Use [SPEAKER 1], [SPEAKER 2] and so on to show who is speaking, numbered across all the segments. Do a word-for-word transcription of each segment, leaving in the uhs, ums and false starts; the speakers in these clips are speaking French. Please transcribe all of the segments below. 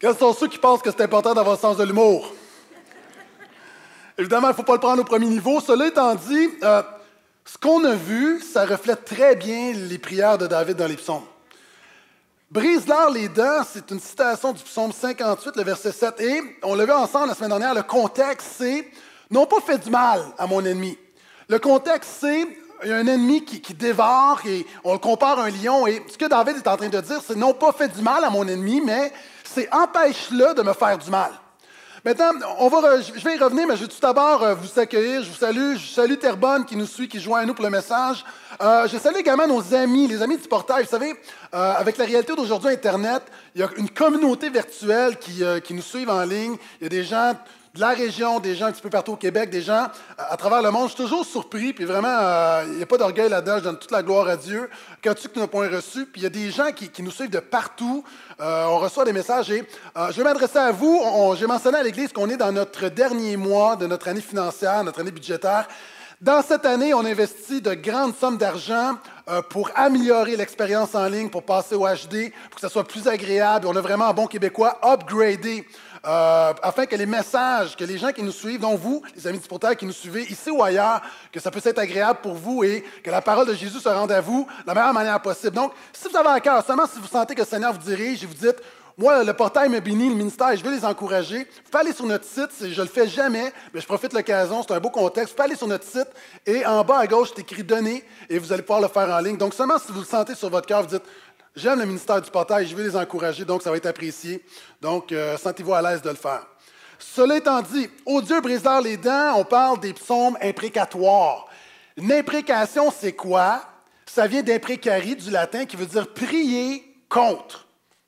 [SPEAKER 1] Quels sont ceux qui pensent que c'est important d'avoir le sens de l'humour? Évidemment, il ne faut pas le prendre au premier niveau. Cela étant dit, euh, ce qu'on a vu, ça reflète très bien les prières de David dans les psaumes. Brise-leur les dents, c'est une citation du psaume cinquante-huit, le verset sept. Et on l'a vu ensemble la semaine dernière, le contexte, c'est « Non pas fait du mal à mon ennemi ». Le contexte, c'est il y a un ennemi qui, qui dévore et on le compare à un lion. Et ce que David est en train de dire, c'est non pas fait du mal à mon ennemi, mais c'est empêche-le de me faire du mal. Maintenant, on va, je vais y revenir, mais je vais tout d'abord vous accueillir. Je vous salue. Je salue Terrebonne qui nous suit, qui joint à nous pour le message. Euh, je salue également nos amis, les amis du portail. Vous savez, euh, avec la réalité d'aujourd'hui, Internet, il y a une communauté virtuelle qui, euh, qui nous suivent en ligne. Il y a des gens de la région, des gens un petit peu partout au Québec, des gens à travers le monde. Je suis toujours surpris, puis vraiment, euh, il n'y a pas d'orgueil là-dedans, je donne toute la gloire à Dieu. Qu'as-tu que tu n'as point reçu? Puis il y a des gens qui, qui nous suivent de partout. Euh, on reçoit des messages et euh, je vais m'adresser à vous. On, on, j'ai mentionné à l'Église qu'on est dans notre dernier mois de notre année financière, notre année budgétaire. Dans cette année, on investit de grandes sommes d'argent euh, pour améliorer l'expérience en ligne, pour passer au H D, pour que ça soit plus agréable. On a vraiment, en bon québécois, upgradé. Euh, afin que les messages, que les gens qui nous suivent, dont vous, les amis du portail qui nous suivez, ici ou ailleurs, que ça puisse être agréable pour vous et que la parole de Jésus se rende à vous de la meilleure manière possible. Donc, si vous avez à cœur, seulement si vous sentez que le Seigneur vous dirige et vous dites, moi, le portail me bénit, le ministère, et je veux les encourager, vous pouvez aller sur notre site, je ne le fais jamais, mais je profite de l'occasion, c'est un beau contexte, vous pouvez aller sur notre site et en bas à gauche, c'est écrit « Donner » et vous allez pouvoir le faire en ligne. Donc, seulement si vous le sentez sur votre cœur, vous dites, j'aime le ministère du portail, je veux les encourager, donc ça va être apprécié. Donc, euh, sentez-vous à l'aise de le faire. Cela étant dit, ô Dieu, brise-leur les dents, on parle des psaumes imprécatoires. Une imprécation, c'est quoi? Ça vient d'imprécari, du latin, qui veut dire prier contre.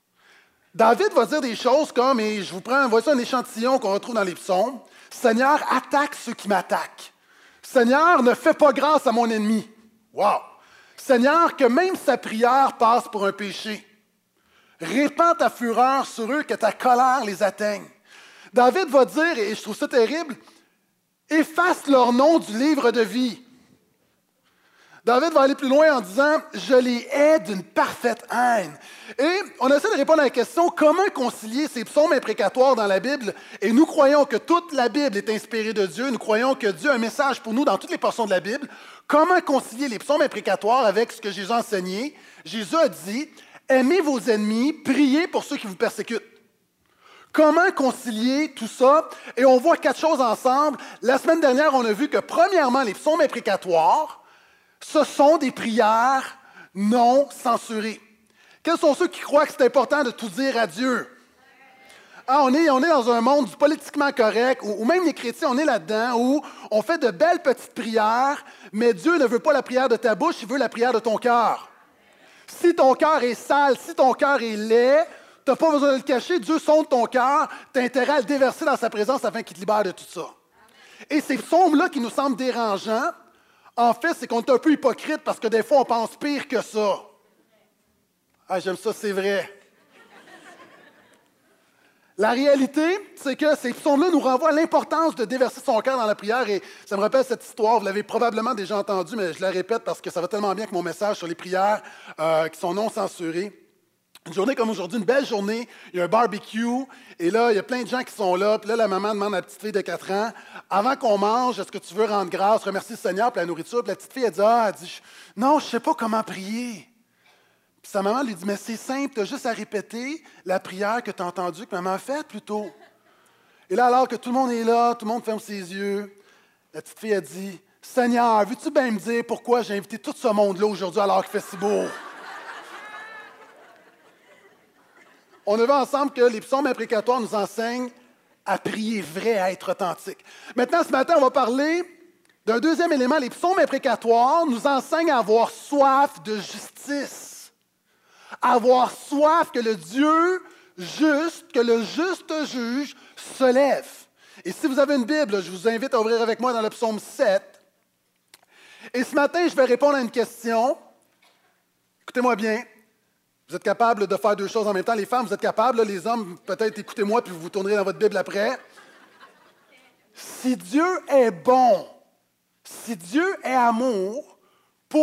[SPEAKER 1] David va dire des choses comme, et je vous prends, voici un échantillon qu'on retrouve dans les psaumes, « Seigneur, attaque ceux qui m'attaquent. Seigneur, ne fais pas grâce à mon ennemi. » Wow! Seigneur, que même sa prière passe pour un péché. Répands ta fureur sur eux, que ta colère les atteigne. David va dire, et je trouve ça terrible, efface leur nom du livre de vie. David va aller plus loin en disant, je les hais d'une parfaite haine. Et on essaie de répondre à la question, comment concilier ces psaumes imprécatoires dans la Bible? Et nous croyons que toute la Bible est inspirée de Dieu. Nous croyons que Dieu a un message pour nous dans toutes les portions de la Bible. Comment concilier les psaumes imprécatoires avec ce que Jésus a enseigné? Jésus a dit, aimez vos ennemis, priez pour ceux qui vous persécutent. Comment concilier tout ça? Et on voit quatre choses ensemble. La semaine dernière, on a vu que premièrement, les psaumes imprécatoires, ce sont des prières non censurées. Quels sont ceux qui croient que c'est important de tout dire à Dieu? Ah, on, est, on est dans un monde du politiquement correct, ou, ou même les chrétiens, on est là-dedans, où on fait de belles petites prières, mais Dieu ne veut pas la prière de ta bouche, il veut la prière de ton cœur. Si ton cœur est sale, si ton cœur est laid, tu n'as pas besoin de le cacher, Dieu sonde ton cœur, tu as intérêt à le déverser dans sa présence afin qu'il te libère de tout ça. Et ces psaumes-là qui nous semblent dérangeants, en fait, c'est qu'on est un peu hypocrite parce que des fois, on pense pire que ça. Ah, j'aime ça, c'est vrai. La réalité, c'est que ces psaumes-là nous renvoient à l'importance de déverser son cœur dans la prière. Et ça me rappelle cette histoire, vous l'avez probablement déjà entendue, mais je la répète parce que ça va tellement bien avec mon message sur les prières euh, qui sont non censurées. Une journée comme aujourd'hui, une belle journée, il y a un barbecue, et là, il y a plein de gens qui sont là, puis là, la maman demande à la petite fille de quatre ans, avant qu'on mange, est-ce que tu veux rendre grâce, remercier le Seigneur pour la nourriture? Puis la petite fille, elle dit, ah, elle dit, non, je ne sais pas comment prier. Puis sa maman lui dit, mais c'est simple, tu as juste à répéter la prière que tu as entendue, que maman a faite plus tôt. Et là, alors que tout le monde est là, tout le monde ferme ses yeux, la petite fille a dit, Seigneur, veux-tu bien me dire pourquoi j'ai invité tout ce monde-là aujourd'hui alors qu'il fait si beau? On a vu ensemble que les psaumes imprécatoires nous enseignent à prier vrai, à être authentique. Maintenant, ce matin, on va parler d'un deuxième élément. Les psaumes imprécatoires nous enseignent à avoir soif de justice. À avoir soif que le Dieu juste, que le juste juge se lève. Et si vous avez une Bible, je vous invite à ouvrir avec moi dans le psaume sept. Et ce matin, je vais répondre à une question. Écoutez-moi bien. Vous êtes capables de faire deux choses en même temps. Les femmes, vous êtes capables. Là, les hommes, peut-être écoutez-moi, puis vous vous tournerez dans votre Bible après. Si Dieu est bon, si Dieu est amour,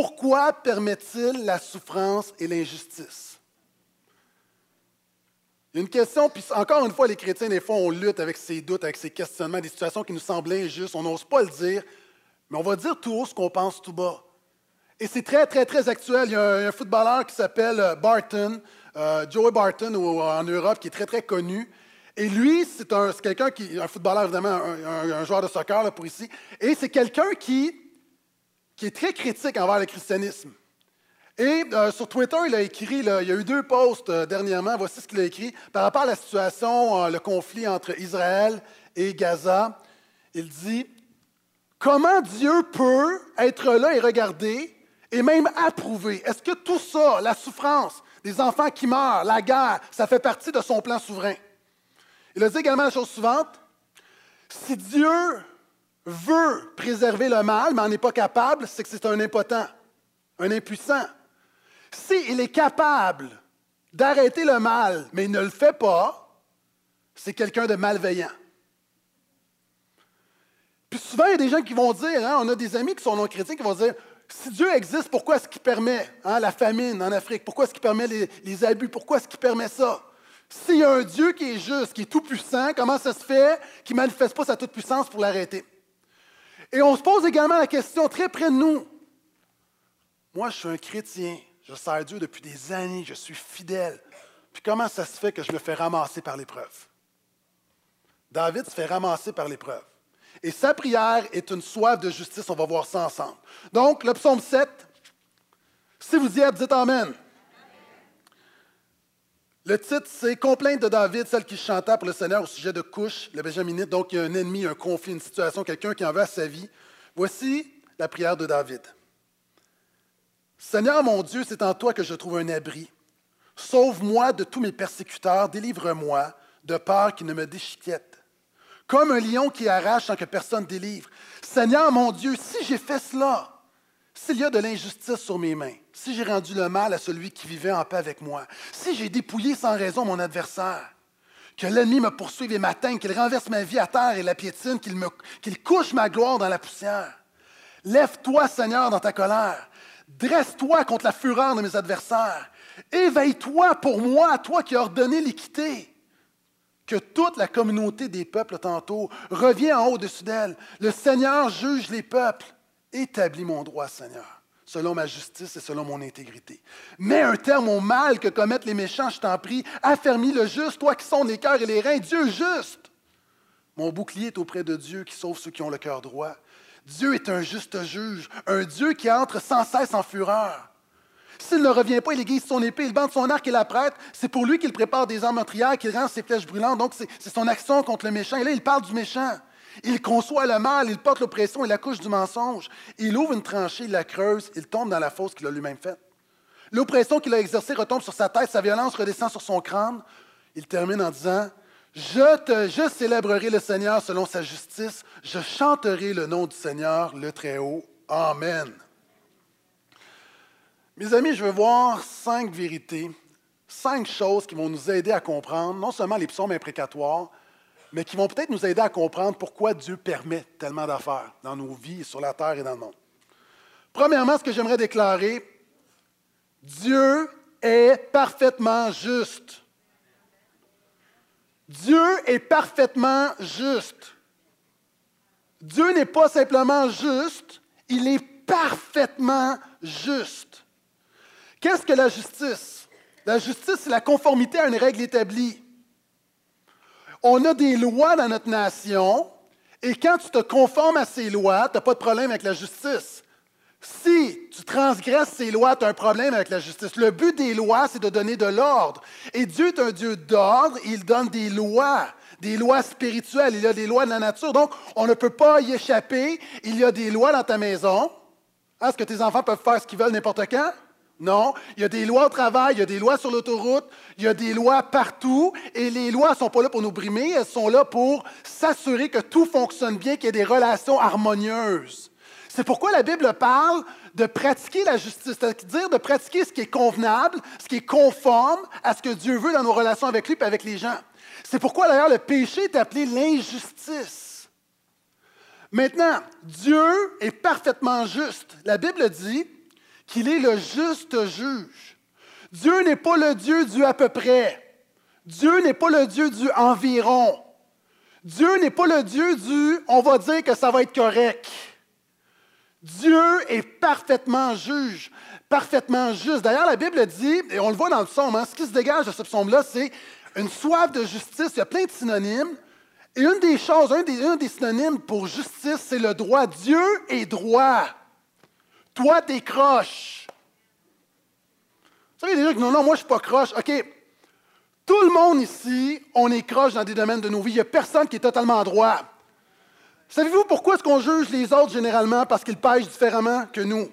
[SPEAKER 1] pourquoi permet-il la souffrance et l'injustice? Il y a une question, puis encore une fois, les chrétiens, des fois, on lutte avec ces doutes, avec ces questionnements, des situations qui nous semblent injustes. On n'ose pas le dire, mais on va dire tout haut ce qu'on pense tout bas. Et c'est très, très, très actuel. Il y a un, un footballeur qui s'appelle Barton, euh, Joey Barton ou, en Europe, qui est très, très connu. Et lui, c'est, un, c'est quelqu'un qui, un footballeur évidemment, un, un, un joueur de soccer là, pour ici, et c'est quelqu'un qui, qui est très critique envers le christianisme. Et euh, sur Twitter, il a écrit, là, il y a eu deux posts euh, dernièrement, voici ce qu'il a écrit, par rapport à la situation, euh, le conflit entre Israël et Gaza. Il dit, « Comment Dieu peut être là et regarder et même approuver? Est-ce que tout ça, la souffrance, des enfants qui meurent, la guerre, ça fait partie de son plan souverain? » Il a dit également la chose suivante, « Si Dieu veut préserver le mal, mais n'en est pas capable, c'est que c'est un impotent, un impuissant. S'il est capable d'arrêter le mal, mais il ne le fait pas, c'est quelqu'un de malveillant. » Puis souvent, il y a des gens qui vont dire, hein, on a des amis qui sont non-chrétiens qui vont dire, si Dieu existe, pourquoi est-ce qu'il permet hein, la famine en Afrique? Pourquoi est-ce qu'il permet les, les abus? Pourquoi est-ce qu'il permet ça? S'il y a un Dieu qui est juste, qui est tout-puissant, comment ça se fait qu'il ne manifeste pas sa toute-puissance pour l'arrêter? Et on se pose également la question très près de nous. Moi, je suis un chrétien, je sers Dieu depuis des années, je suis fidèle. Puis comment ça se fait que je me fais ramasser par l'épreuve? David se fait ramasser par l'épreuve. Et sa prière est une soif de justice, on va voir ça ensemble. Donc, le psaume sept, si vous y êtes, dites Amen. Le titre, c'est « Complainte de David, celle qui chantait pour le Seigneur au sujet de Couche, le Benjaminite. » Donc, il y a un ennemi, un conflit, une situation, quelqu'un qui en veut à sa vie. Voici la prière de David. « Seigneur mon Dieu, c'est en toi que je trouve un abri. Sauve-moi de tous mes persécuteurs, délivre-moi de peur qu'ils ne me déchiquettent. Comme un lion qui arrache sans que personne délivre. Seigneur mon Dieu, si j'ai fait cela, s'il y a de l'injustice sur mes mains, si j'ai rendu le mal à celui qui vivait en paix avec moi, si j'ai dépouillé sans raison mon adversaire, que l'ennemi me poursuive et m'atteigne, qu'il renverse ma vie à terre et la piétine, qu'il, me, qu'il couche ma gloire dans la poussière. Lève-toi, Seigneur, dans ta colère. Dresse-toi contre la fureur de mes adversaires. Éveille-toi pour moi, toi qui as ordonné l'équité. Que toute la communauté des peuples tantôt revient en haut au-dessus d'elle. Le Seigneur juge les peuples. Établis mon droit, Seigneur, selon ma justice et selon mon intégrité. Mets un terme au mal que commettent les méchants, je t'en prie. Affermis le juste, toi qui sondes les cœurs et les reins, Dieu juste. Mon bouclier est auprès de Dieu qui sauve ceux qui ont le cœur droit. Dieu est un juste juge, un Dieu qui entre sans cesse en fureur. S'il ne revient pas, il aiguise son épée, il bande son arc et la prête. C'est pour lui qu'il prépare des armes meurtrières, qu'il rend ses flèches brûlantes. Donc, c'est, c'est son action contre le méchant. Et là, il parle du méchant. Il conçoit le mal, il porte l'oppression et la couche du mensonge. Il ouvre une tranchée, il la creuse, il tombe dans la fosse qu'il a lui-même faite. L'oppression qu'il a exercée retombe sur sa tête, sa violence redescend sur son crâne. Il termine en disant, je, te, je célébrerai le Seigneur selon sa justice, je chanterai le nom du Seigneur, le Très-Haut. Amen. Mes amis, je veux voir cinq vérités, cinq choses qui vont nous aider à comprendre, non seulement les psaumes imprécatoires, mais qui vont peut-être nous aider à comprendre pourquoi Dieu permet tellement d'affaires dans nos vies, sur la terre et dans le monde. Premièrement, ce que j'aimerais déclarer, Dieu est parfaitement juste. Dieu est parfaitement juste. Dieu n'est pas simplement juste, il est parfaitement juste. Qu'est-ce que la justice? La justice, c'est la conformité à une règle établie. On a des lois dans notre nation, et quand tu te conformes à ces lois, tu n'as pas de problème avec la justice. Si tu transgresses ces lois, tu as un problème avec la justice. Le but des lois, c'est de donner de l'ordre. Et Dieu est un Dieu d'ordre, il donne des lois, des lois spirituelles, il y a des lois de la nature. Donc, on ne peut pas y échapper. Il y a des lois dans ta maison. Hein, est-ce que tes enfants peuvent faire ce qu'ils veulent n'importe quand? Non, il y a des lois au travail, il y a des lois sur l'autoroute, il y a des lois partout, et les lois ne sont pas là pour nous brimer, elles sont là pour s'assurer que tout fonctionne bien, qu'il y ait des relations harmonieuses. C'est pourquoi la Bible parle de pratiquer la justice, c'est-à-dire de pratiquer ce qui est convenable, ce qui est conforme à ce que Dieu veut dans nos relations avec lui et avec les gens. C'est pourquoi d'ailleurs le péché est appelé l'injustice. Maintenant, Dieu est parfaitement juste. La Bible dit qu'il est le juste juge. Dieu n'est pas le Dieu du à peu près. Dieu n'est pas le Dieu du environ. Dieu n'est pas le Dieu du « on va dire que ça va être correct ». Dieu est parfaitement juge, parfaitement juste. D'ailleurs, la Bible dit, et on le voit dans le psaume, hein, ce qui se dégage de ce psaume-là, c'est une soif de justice. Il y a plein de synonymes. Et une des choses, un des, un des synonymes pour justice, c'est le droit. Dieu est droit. Toi, t'es croche. Vous savez, des gens qui disent, non, non, moi, je ne suis pas croche. OK. Tout le monde ici, on est croche dans des domaines de nos vies. Il n'y a personne qui est totalement droit. Savez-vous pourquoi est-ce qu'on juge les autres généralement? Parce qu'ils pêchent différemment que nous.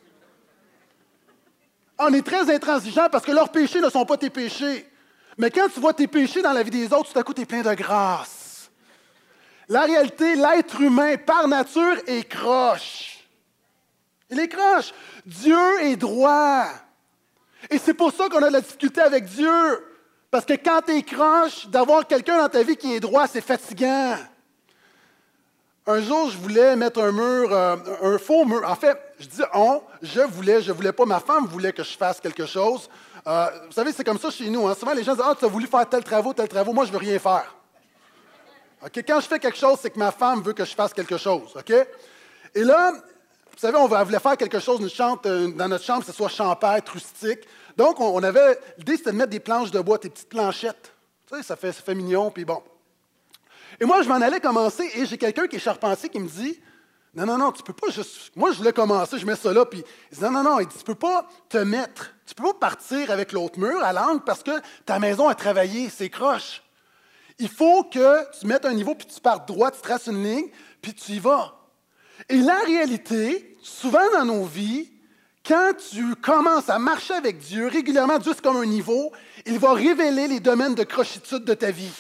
[SPEAKER 1] On est très intransigeants parce que leurs péchés ne sont pas tes péchés. Mais quand tu vois tes péchés dans la vie des autres, tout à coup, tu es plein de grâce. La réalité, l'être humain, par nature, est croche. Il est croche. Dieu est droit. Et c'est pour ça qu'on a de la difficulté avec Dieu. Parce que quand tu es croche, d'avoir quelqu'un dans ta vie qui est droit, c'est fatigant. Un jour, je voulais mettre un mur, euh, un faux mur. En fait, je dis on, je voulais, je voulais pas. Ma femme voulait que je fasse quelque chose. Euh, vous savez, c'est comme ça chez nous. Hein. Souvent, les gens disent « Ah, tu as voulu faire tel travaux, tel travaux. Moi, je veux rien faire. » Okay? Quand je fais quelque chose, c'est que ma femme veut que je fasse quelque chose. Okay? Et là, vous savez, on voulait faire quelque chose une chambre, dans notre chambre, que ce soit champêtre, rustique. Donc, on avait, l'idée, c'était de mettre des planches de bois, des petites planchettes. Tu sais, ça fait, ça fait mignon, puis bon. Et moi, je m'en allais commencer, et j'ai quelqu'un qui est charpentier qui me dit, « Non, non, non, tu peux pas juste... » Moi, je voulais commencer, je mets ça là, puis il dit, « Non, non, non, il dit, tu peux pas te mettre, tu peux pas partir avec l'autre mur à l'angle parce que ta maison a travaillé, c'est croche. Il faut que tu mettes un niveau, puis tu partes droit, tu traces une ligne, puis tu y vas. » Et la réalité, souvent dans nos vies, quand tu commences à marcher avec Dieu, régulièrement, Dieu c'est comme un niveau, il va révéler les domaines de crochitude de ta vie.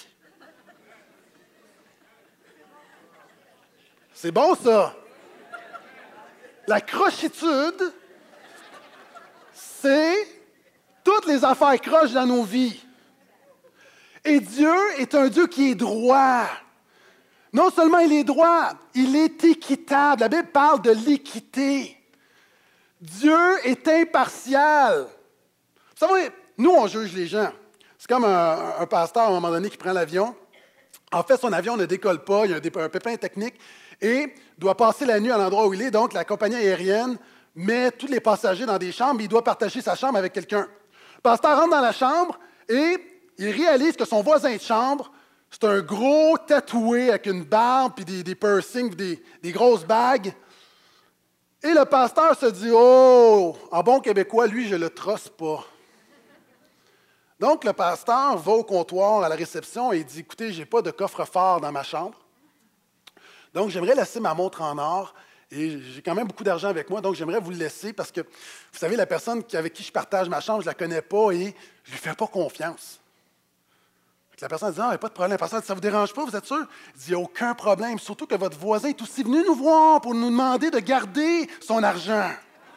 [SPEAKER 1] C'est bon, ça? La crochitude, c'est toutes les affaires croches dans nos vies. Et Dieu est un Dieu qui est droit. Non seulement il est droit, il est équitable. La Bible parle de l'équité. Dieu est impartial. Vous savez, nous, on juge les gens. C'est comme un, un pasteur, à un moment donné, qui prend l'avion. En fait, son avion ne décolle pas, il y a un, un pépin technique, et doit passer la nuit à l'endroit où il est. Donc, la compagnie aérienne met tous les passagers dans des chambres, et il doit partager sa chambre avec quelqu'un. Le pasteur rentre dans la chambre, et il réalise que son voisin de chambre, c'est un gros tatoué avec une barbe, puis des, des piercings, des, des grosses bagues. Et le pasteur se dit, « Oh, en bon québécois, lui, je ne le trosse pas. » Donc, le pasteur va au comptoir à la réception et il dit, « Écoutez, je n'ai pas de coffre-fort dans ma chambre. Donc, j'aimerais laisser ma montre en or et j'ai quand même beaucoup d'argent avec moi, donc j'aimerais vous le laisser parce que, vous savez, la personne avec qui je partage ma chambre, je ne la connais pas et je ne lui fais pas confiance. » La personne dit, « Ah, il n'y a pas de problème. » La personne dit, « Ça ne vous dérange pas, vous êtes sûr? » Il dit, « Il n'y a aucun problème, surtout que votre voisin est aussi venu nous voir pour nous demander de garder son argent. »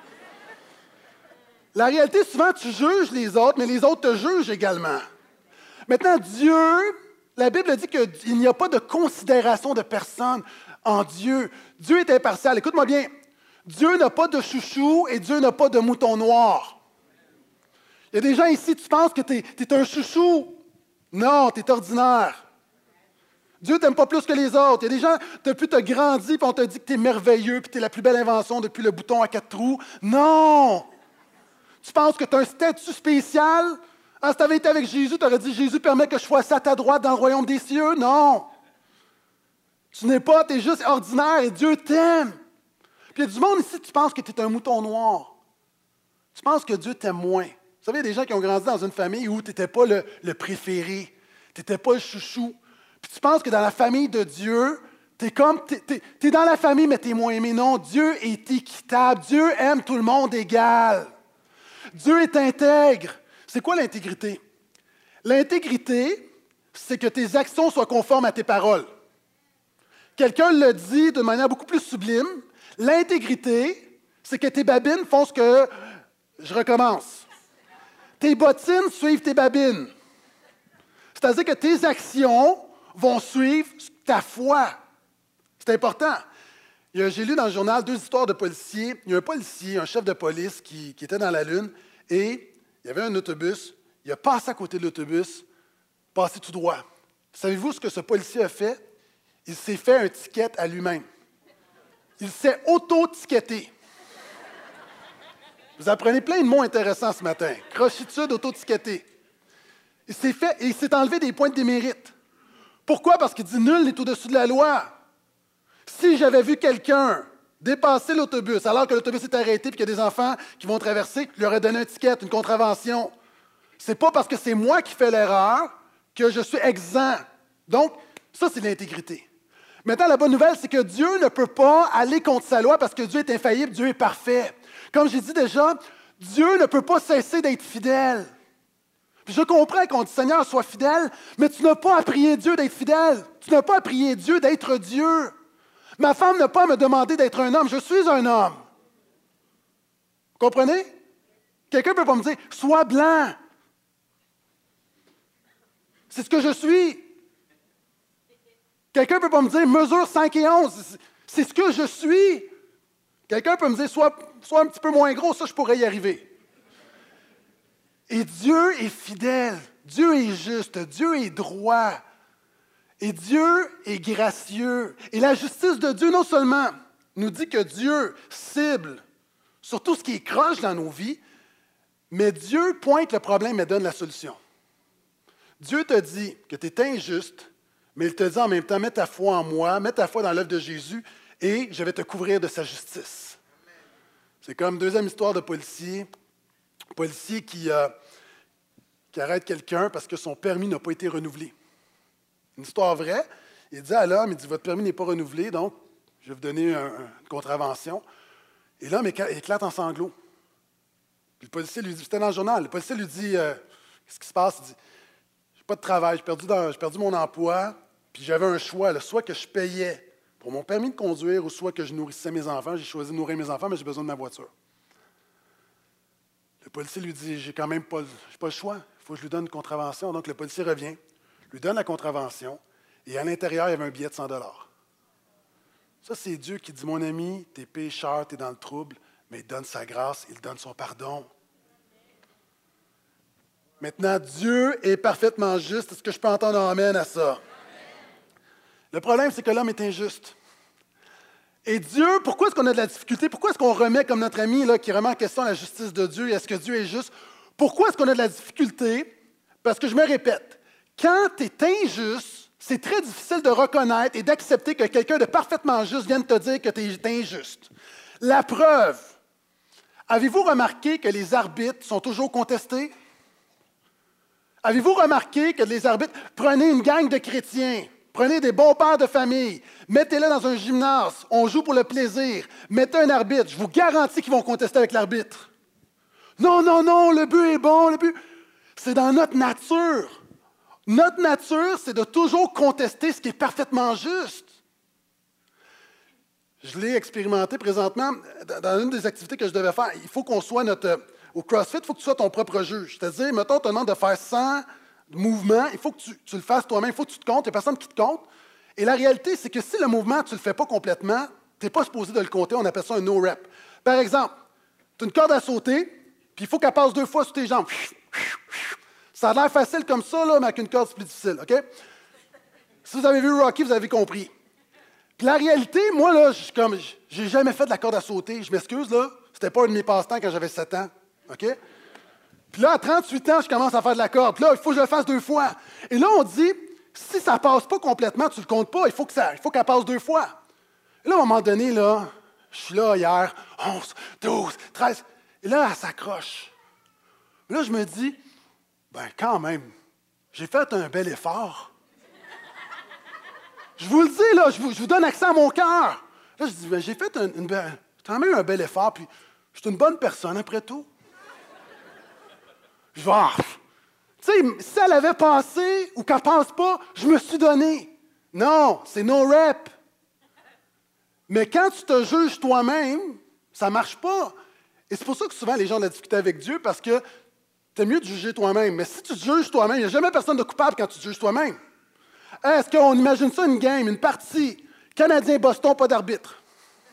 [SPEAKER 1] La réalité, souvent, tu juges les autres, mais les autres te jugent également. Maintenant, Dieu, la Bible dit qu'il n'y a pas de considération de personne en Dieu. Dieu est impartial. Écoute-moi bien. Dieu n'a pas de chouchou et Dieu n'a pas de mouton noir. Il y a des gens ici, tu penses que tu es, tu es un chouchou. Non, tu es ordinaire. Dieu ne t'aime pas plus que les autres. Il y a des gens, depuis que tu as grandi, puis on te dit que tu es merveilleux, puis tu es la plus belle invention depuis le bouton à quatre trous. Non! Tu penses que tu as un statut spécial? Ah, si tu avais été avec Jésus, tu aurais dit, Jésus permet que je sois assis à ta droite dans le royaume des cieux. Non! Tu n'es pas, tu es juste ordinaire et Dieu t'aime. Puis il y a du monde ici, tu penses que tu es un mouton noir. Tu penses que Dieu t'aime moins. Vous savez, il y a des gens qui ont grandi dans une famille où tu n'étais pas le, le préféré, tu n'étais pas le chouchou. Puis tu penses que dans la famille de Dieu, tu es comme, tu es, tu es dans la famille, mais tu es moins aimé. Non, Dieu est équitable. Dieu aime tout le monde égal. Dieu est intègre. C'est quoi l'intégrité? L'intégrité, c'est que tes actions soient conformes à tes paroles. Quelqu'un le dit de manière beaucoup plus sublime. L'intégrité, c'est que tes babines font ce que... Je recommence. Tes bottines suivent tes babines. C'est-à-dire que tes actions vont suivre ta foi. C'est important. Il y a, j'ai lu dans le journal deux histoires de policiers. Il y a un policier, un chef de police qui, qui était dans la Lune et il y avait un autobus. Il a passé à côté de l'autobus. passez tout droit. Savez-vous ce que ce policier a fait? Il s'est fait un ticket à lui-même. Il s'est auto-ticketé. Vous apprenez plein de mots intéressants ce matin. Crochitude, auto-ticketé. Il s'est fait et il s'est enlevé des points de démérite. Pourquoi? Parce qu'il dit nul n'est au-dessus de la loi. Si j'avais vu quelqu'un dépasser l'autobus alors que l'autobus est arrêté et qu'il y a des enfants qui vont traverser, je lui aurais donné un ticket, une contravention. C'est pas parce que c'est moi qui fais l'erreur que je suis exempt. Donc, ça, c'est l'intégrité. Maintenant, la bonne nouvelle, c'est que Dieu ne peut pas aller contre sa loi parce que Dieu est infaillible, Dieu est parfait. Comme j'ai dit déjà, Dieu ne peut pas cesser d'être fidèle. Puis je comprends qu'on dit Seigneur, sois fidèle, mais tu n'as pas à prier Dieu d'être fidèle. Tu n'as pas à prier Dieu d'être Dieu. Ma femme n'a pas à me demander d'être un homme. Je suis un homme. Vous comprenez? Quelqu'un ne peut pas me dire sois blanc. C'est ce que je suis. Quelqu'un ne peut pas me dire mesure cinq et onze. C'est ce que je suis. Quelqu'un peut me dire sois, sois un petit peu moins gros, ça je pourrais y arriver. Et Dieu est fidèle, Dieu est juste, Dieu est droit, et Dieu est gracieux. Et la justice de Dieu, non seulement nous dit que Dieu cible sur tout ce qui est croche dans nos vies, mais Dieu pointe le problème et donne la solution. Dieu te dit que tu es injuste, mais il te dit en même temps, mets ta foi en moi, mets ta foi dans l'œuvre de Jésus, et je vais te couvrir de sa justice. C'est comme deuxième histoire de policier. Policier qui, euh, qui arrête quelqu'un parce que son permis n'a pas été renouvelé. Une histoire vraie. Il dit à l'homme, il dit, votre permis n'est pas renouvelé, donc je vais vous donner un, une contravention. Et l'homme éclate en sanglots. Puis le policier lui dit, c'était dans le journal, le policier lui dit, euh, qu'est-ce qui se passe? Il dit, j'ai pas de travail, j'ai perdu, dans, j'ai perdu mon emploi, puis j'avais un choix, là, soit que je payais pour mon permis de conduire ou soit que je nourrissais mes enfants. J'ai choisi de nourrir mes enfants, mais j'ai besoin de ma voiture. Le policier lui dit, j'ai quand même pas, j'ai pas le choix, il faut que je lui donne une contravention. Donc le policier revient, lui donne la contravention, et à l'intérieur, il y avait un billet de cent dollars. Ça, c'est Dieu qui dit, mon ami, t'es pécheur, t'es dans le trouble, mais il donne sa grâce, il donne son pardon. Maintenant, Dieu est parfaitement juste. Est-ce que je peux entendre un amen à ça? Le problème, c'est que l'homme est injuste. Et Dieu, pourquoi est-ce qu'on a de la difficulté? Pourquoi est-ce qu'on remet comme notre ami là, qui remet en question la justice de Dieu et est-ce que Dieu est juste? Pourquoi est-ce qu'on a de la difficulté? Parce que je me répète, quand tu es injuste, c'est très difficile de reconnaître et d'accepter que quelqu'un de parfaitement juste vienne te dire que tu es injuste. La preuve, avez-vous remarqué que les arbitres sont toujours contestés? Avez-vous remarqué que les arbitres, prenez une gang de chrétiens, prenez des bons pères de famille, mettez-les dans un gymnase, on joue pour le plaisir, mettez un arbitre, je vous garantis qu'ils vont contester avec l'arbitre. Non, non, non, le but est bon, le but... C'est dans notre nature. Notre nature, c'est de toujours contester ce qui est parfaitement juste. Je l'ai expérimenté présentement dans une des activités que je devais faire. Il faut qu'on soit notre... Au CrossFit, il faut que tu sois ton propre juge. C'est-à-dire, mettons, on te demande de faire cent mouvements, il faut que tu, tu le fasses toi-même, il faut que tu te comptes, il n'y a personne qui te compte. Et la réalité, c'est que si le mouvement, tu ne le fais pas complètement, tu n'es pas supposé de le compter, on appelle ça un no-rep. Par exemple, tu as une corde à sauter, puis il faut qu'elle passe deux fois sur tes jambes. Ça a l'air facile comme ça, là, mais avec une corde, c'est plus difficile, OK? Si vous avez vu Rocky, vous avez compris. Puis la réalité, moi, là, je comme, j'ai jamais fait de la corde à sauter. Je m'excuse, là, c'était pas un de mes passe-temps quand j'avais sept ans. OK? Puis là, à trente-huit ans, je commence à faire de la corde. Puis là, il faut que je le fasse deux fois. Et là, on dit, si ça ne passe pas complètement, tu ne le comptes pas, il faut que ça, il faut qu'elle passe deux fois. Et là, à un moment donné, là, je suis là hier, onze, douze, treize. Et là, elle s'accroche. Et là, je me dis, ben quand même, j'ai fait un bel effort. Je vous le dis, là, je vous, je vous donne accès à mon cœur. Là, je dis, ben, j'ai fait un, une belle, quand même un bel effort, puis je suis une bonne personne après tout. Je vais, ah, tu sais, si elle avait pensé ou qu'elle ne pense pas, je me suis donné. Non, c'est no rep. Mais quand tu te juges toi-même, ça ne marche pas. Et c'est pour ça que souvent les gens ont de la difficulté avec Dieu, parce que c'est mieux de juger toi-même. Mais si tu te juges toi-même, il n'y a jamais personne de coupable quand tu te juges toi-même. Est-ce qu'on imagine ça une game, une partie? Canadien-Boston, pas d'arbitre.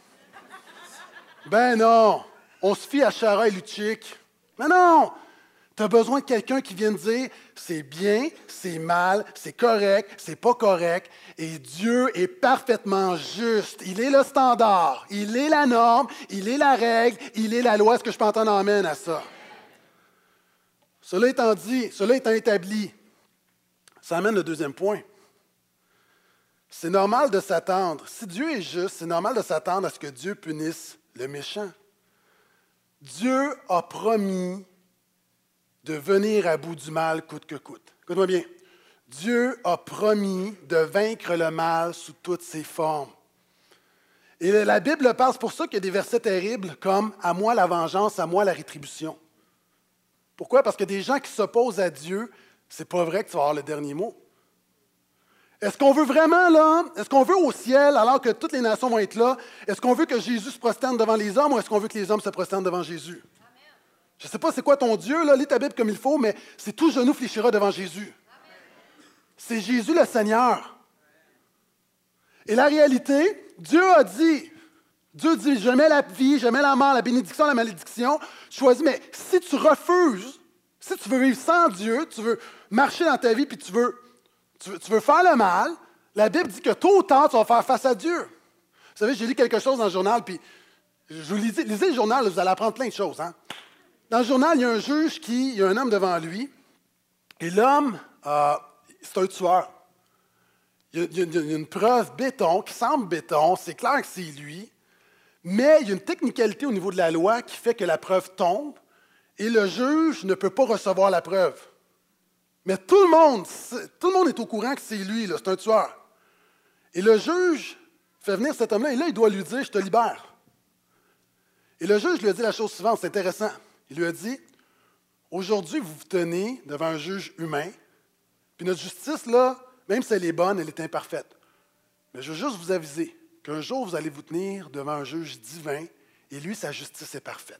[SPEAKER 1] Ben non, on se fie à Chara et Lucic. Mais non! Tu as besoin de quelqu'un qui vienne dire c'est bien, c'est mal, c'est correct, c'est pas correct. Et Dieu est parfaitement juste. Il est le standard, il est la norme, il est la règle, il est la loi. Est-ce que je peux entendre amène à ça? Cela étant dit, cela étant établi, ça amène le deuxième point. C'est normal de s'attendre. Si Dieu est juste, c'est normal de s'attendre à ce que Dieu punisse le méchant. Dieu a promis de venir à bout du mal coûte que coûte. Écoute-moi bien. Dieu a promis de vaincre le mal sous toutes ses formes. Et la Bible parle, c'est pour ça qu'il y a des versets terribles comme « À moi la vengeance, à moi la rétribution ». Pourquoi? Parce que des gens qui s'opposent à Dieu, c'est pas vrai que tu vas avoir le dernier mot. Est-ce qu'on veut vraiment, là, est-ce qu'on veut au ciel, alors que toutes les nations vont être là, est-ce qu'on veut que Jésus se prosterne devant les hommes ou est-ce qu'on veut que les hommes se prosternent devant Jésus? Je ne sais pas c'est quoi ton Dieu, là, lis ta Bible comme il faut, mais c'est tout genou fléchira devant Jésus. C'est Jésus le Seigneur. Et la réalité, Dieu a dit, Dieu dit, je mets la vie, je mets la mort, la bénédiction, la malédiction, choisis, mais si tu refuses, si tu veux vivre sans Dieu, tu veux marcher dans ta vie, puis tu veux, tu veux, tu veux faire le mal, la Bible dit que tôt ou tard, tu vas faire face à Dieu. Vous savez, j'ai lu quelque chose dans le journal, puis je vous lisez, lisez le journal, là, vous allez apprendre plein de choses, hein? Dans le journal, il y a un juge qui, il y a un homme devant lui, et l'homme, euh, c'est un tueur. Il y, a, il y a une preuve béton, qui semble béton, c'est clair que c'est lui, mais il y a une technicalité au niveau de la loi qui fait que la preuve tombe, et le juge ne peut pas recevoir la preuve. Mais tout le monde, tout le monde est au courant que c'est lui, là, c'est un tueur. Et le juge fait venir cet homme-là, et là, il doit lui dire, je te libère. Et le juge lui a dit la chose suivante, c'est intéressant. Il lui a dit, aujourd'hui, vous vous tenez devant un juge humain, puis notre justice, là, même si elle est bonne, elle est imparfaite. Mais je veux juste vous aviser qu'un jour, vous allez vous tenir devant un juge divin, et lui, sa justice est parfaite.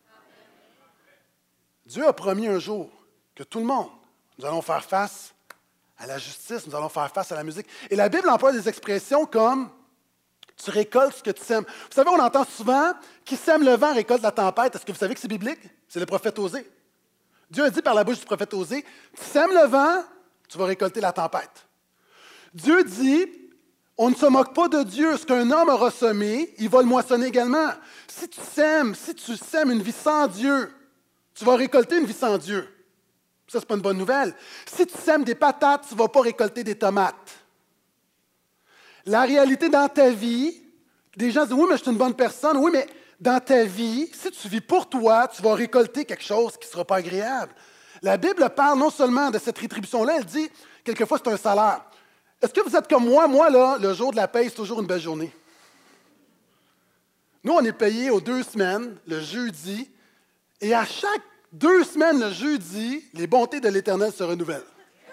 [SPEAKER 1] Dieu a promis un jour que tout le monde, nous allons faire face à la justice, nous allons faire face à la musique. Et la Bible emploie des expressions comme tu récoltes ce que tu sèmes. Vous savez, on entend souvent qui sème le vent récolte la tempête. Est-ce que vous savez que c'est biblique? C'est le prophète Osée. Dieu a dit par la bouche du prophète Osée, tu sèmes le vent, tu vas récolter la tempête. Dieu dit, on ne se moque pas de Dieu. Ce qu'un homme aura semé, il va le moissonner également. Si tu sèmes, si tu sèmes une vie sans Dieu, tu vas récolter une vie sans Dieu. Ça, ce n'est pas une bonne nouvelle. Si tu sèmes des patates, tu ne vas pas récolter des tomates. La réalité dans ta vie, des gens disent, oui, mais je suis une bonne personne. Oui, mais dans ta vie, si tu vis pour toi, tu vas récolter quelque chose qui ne sera pas agréable. La Bible parle non seulement de cette rétribution-là, elle dit, quelquefois, c'est un salaire. Est-ce que vous êtes comme moi? Moi, là, le jour de la paye, c'est toujours une belle journée. Nous, on est payés aux deux semaines, le jeudi, et à chaque deux semaines, le jeudi, les bontés de l'Éternel se renouvellent.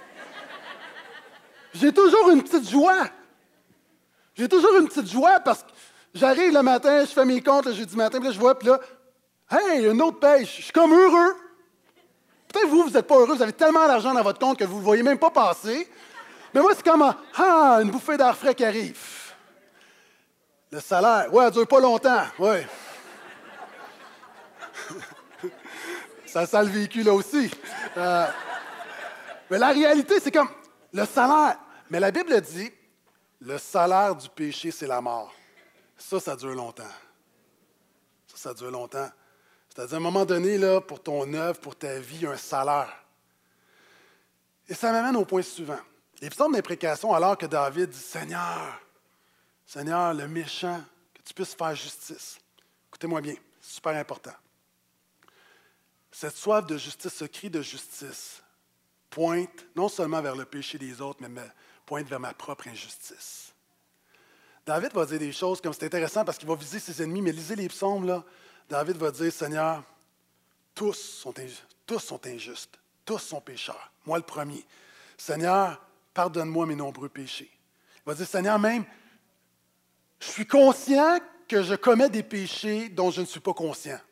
[SPEAKER 1] J'ai toujours une petite joie. J'ai toujours une petite joie parce que j'arrive le matin, je fais mes comptes le jeudi matin, puis là, je vois, puis là, hey, une autre paye, je suis comme heureux. Peut-être vous, vous n'êtes pas heureux, vous avez tellement d'argent dans votre compte que vous ne le voyez même pas passer. Mais moi, c'est comme, un, ah, une bouffée d'air frais qui arrive. Le salaire, ouais, elle ne dure pas longtemps, ouais. Ça sent le véhicule là aussi. Euh, mais la réalité, c'est comme le salaire. Mais la Bible dit, le salaire du péché, c'est la mort. Ça, ça dure longtemps. Ça, ça dure longtemps. C'est-à-dire, à un moment donné, là, pour ton œuvre, pour ta vie, il y a un salaire. Et ça m'amène au point suivant. Les psaumes d'imprécation, alors que David dit, Seigneur, Seigneur, le méchant, que tu puisses faire justice. Écoutez-moi bien, c'est super important. Cette soif de justice, ce cri de justice, pointe non seulement vers le péché des autres, mais pointe vers ma propre injustice. David va dire des choses comme, c'est intéressant parce qu'il va viser ses ennemis, mais lisez les psaumes, là. David va dire, Seigneur, tous sont, injustes, tous sont injustes, tous sont pécheurs, moi le premier. Seigneur, pardonne-moi mes nombreux péchés. Il va dire, Seigneur, même, je suis conscient que je commets des péchés dont je ne suis pas conscient.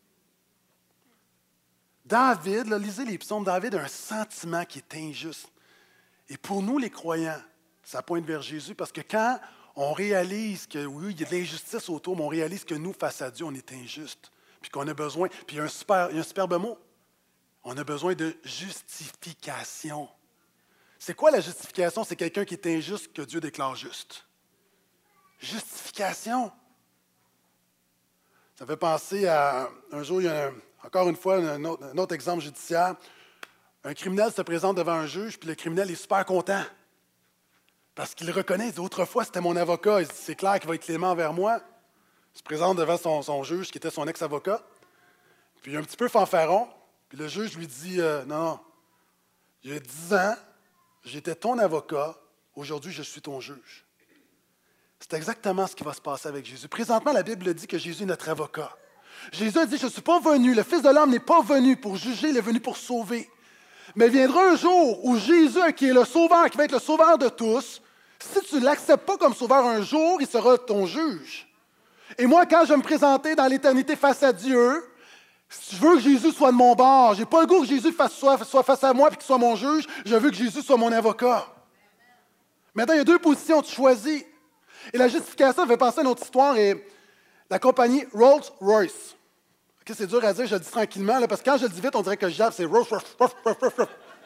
[SPEAKER 1] David, là, lisez les psaumes, David a un sentiment qui est injuste. Et pour nous, les croyants, ça pointe vers Jésus, parce que quand on réalise que, oui, il y a de l'injustice autour, mais on réalise que nous, face à Dieu, on est injuste, puis qu'on a besoin, puis il y a un, super, il y a un superbe mot. On a besoin de justification. C'est quoi la justification? C'est quelqu'un qui est injuste que Dieu déclare juste. Justification. Ça fait penser à un jour, il y a un, encore une fois un autre, un autre exemple judiciaire. Un criminel se présente devant un juge, puis le criminel est super content. Parce qu'il reconnaît, il dit, autrefois, c'était mon avocat. Il dit, c'est clair qu'il va être clément envers moi. Il se présente devant son, son juge, qui était son ex-avocat. Puis il est un petit peu fanfaron. Puis le juge lui dit, euh, non, non, il y a dix ans, j'étais ton avocat. Aujourd'hui, je suis ton juge. C'est exactement ce qui va se passer avec Jésus. Présentement, la Bible dit que Jésus est notre avocat. Jésus a dit, je ne suis pas venu, le Fils de l'homme n'est pas venu pour juger, il est venu pour sauver. Mais viendra un jour où Jésus, qui est le sauveur, qui va être le sauveur de tous, si tu ne l'acceptes pas comme sauveur un jour, il sera ton juge. Et moi, quand je vais me présenter dans l'éternité face à Dieu, si je veux que Jésus soit de mon bord, je n'ai pas le goût que Jésus fasse, soit, soit face à moi et qu'il soit mon juge, je veux que Jésus soit mon avocat. Maintenant, il y a deux positions, tu choisis. Et la justification fait penser à une autre histoire, et la compagnie Rolls-Royce. Okay, c'est dur à dire, je le dis tranquillement, là, parce que quand je le dis vite, on dirait que je jappe, c'est Rolls-Royce.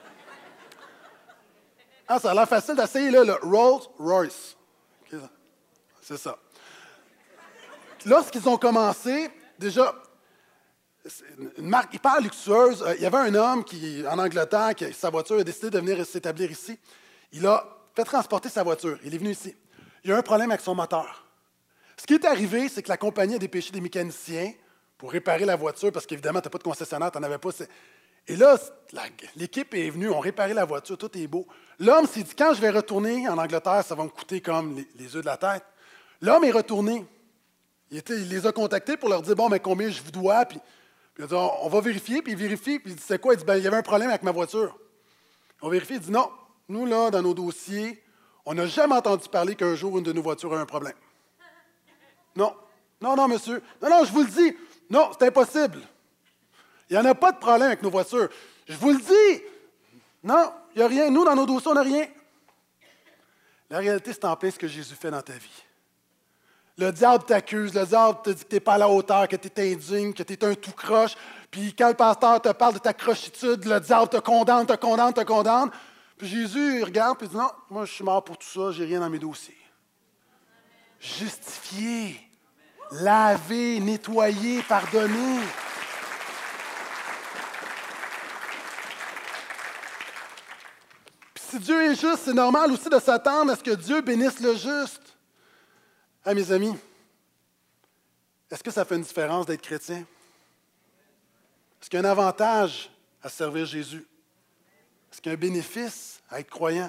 [SPEAKER 1] Ah, ça a l'air facile d'essayer, là, le Rolls-Royce. Okay, c'est ça. Lorsqu'ils ont commencé, déjà, une marque hyper luxueuse, il y avait un homme qui, en Angleterre, qui, sa voiture a décidé de venir s'établir ici. Il a fait transporter sa voiture. Il est venu ici. Il y a un problème avec son moteur. Ce qui est arrivé, c'est que la compagnie a dépêché des mécaniciens pour réparer la voiture, parce qu'évidemment, tu n'as pas de concessionnaire, tu n'en avais pas. Et là, la, l'équipe est venue, on a réparé la voiture, tout est beau. L'homme s'est dit, quand je vais retourner en Angleterre, ça va me coûter comme les, les œufs de la tête. L'homme est retourné. Il, était, il les a contactés pour leur dire, bon, mais combien je vous dois? Puis, puis il a dit, on, on va vérifier, puis il vérifie. Puis il dit, c'est quoi? Il dit, ben, il y avait un problème avec ma voiture. On vérifie, il dit, non, nous, là, dans nos dossiers, on n'a jamais entendu parler qu'un jour, une de nos voitures a un problème. Non. Non, non, monsieur. Non, non, je vous le dis. Non, c'est impossible. Il n'y en a pas de problème avec nos voitures. Je vous le dis. Non, il n'y a rien. Nous, dans nos dossiers, on n'a rien. La réalité, c'est en plein ce que Jésus fait dans ta vie. Le diable t'accuse, le diable te dit que tu n'es pas à la hauteur, que tu es indigne, que tu es un tout croche. Puis quand le pasteur te parle de ta crochitude, le diable te condamne, te condamne, te condamne. Puis Jésus, il regarde et dit, non, moi, je suis mort pour tout ça, j'ai rien dans mes dossiers. Justifié, lavé, nettoyé, pardonné. Puis si Dieu est juste, c'est normal aussi de s'attendre à ce que Dieu bénisse le juste. Ah, mes amis, est-ce que ça fait une différence d'être chrétien? Est-ce qu'il y a un avantage à servir Jésus? Est-ce qu'il y a un bénéfice à être croyant?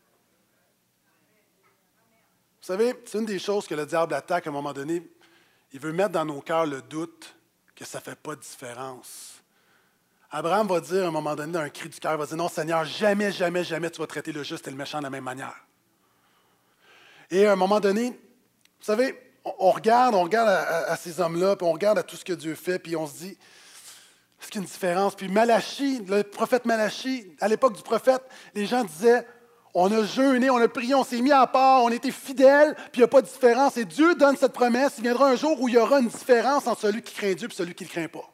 [SPEAKER 1] Vous savez, c'est une des choses que le diable attaque à un moment donné. Il veut mettre dans nos cœurs le doute que ça ne fait pas de différence. Abraham va dire à un moment donné, dans un cri du cœur, il va dire, non Seigneur, jamais, jamais, jamais tu vas traiter le juste et le méchant de la même manière. Et à un moment donné, vous savez, on, on regarde, on regarde à, à, à ces hommes-là, puis on regarde à tout ce que Dieu fait, puis on se dit, est-ce qu'il y a une différence? Puis Malachi, le prophète Malachi, à l'époque du prophète, les gens disaient, on a jeûné, on a prié, on s'est mis à part, on était fidèles, puis il n'y a pas de différence. Et Dieu donne cette promesse, il viendra un jour où il y aura une différence entre celui qui craint Dieu et celui qui ne le craint pas.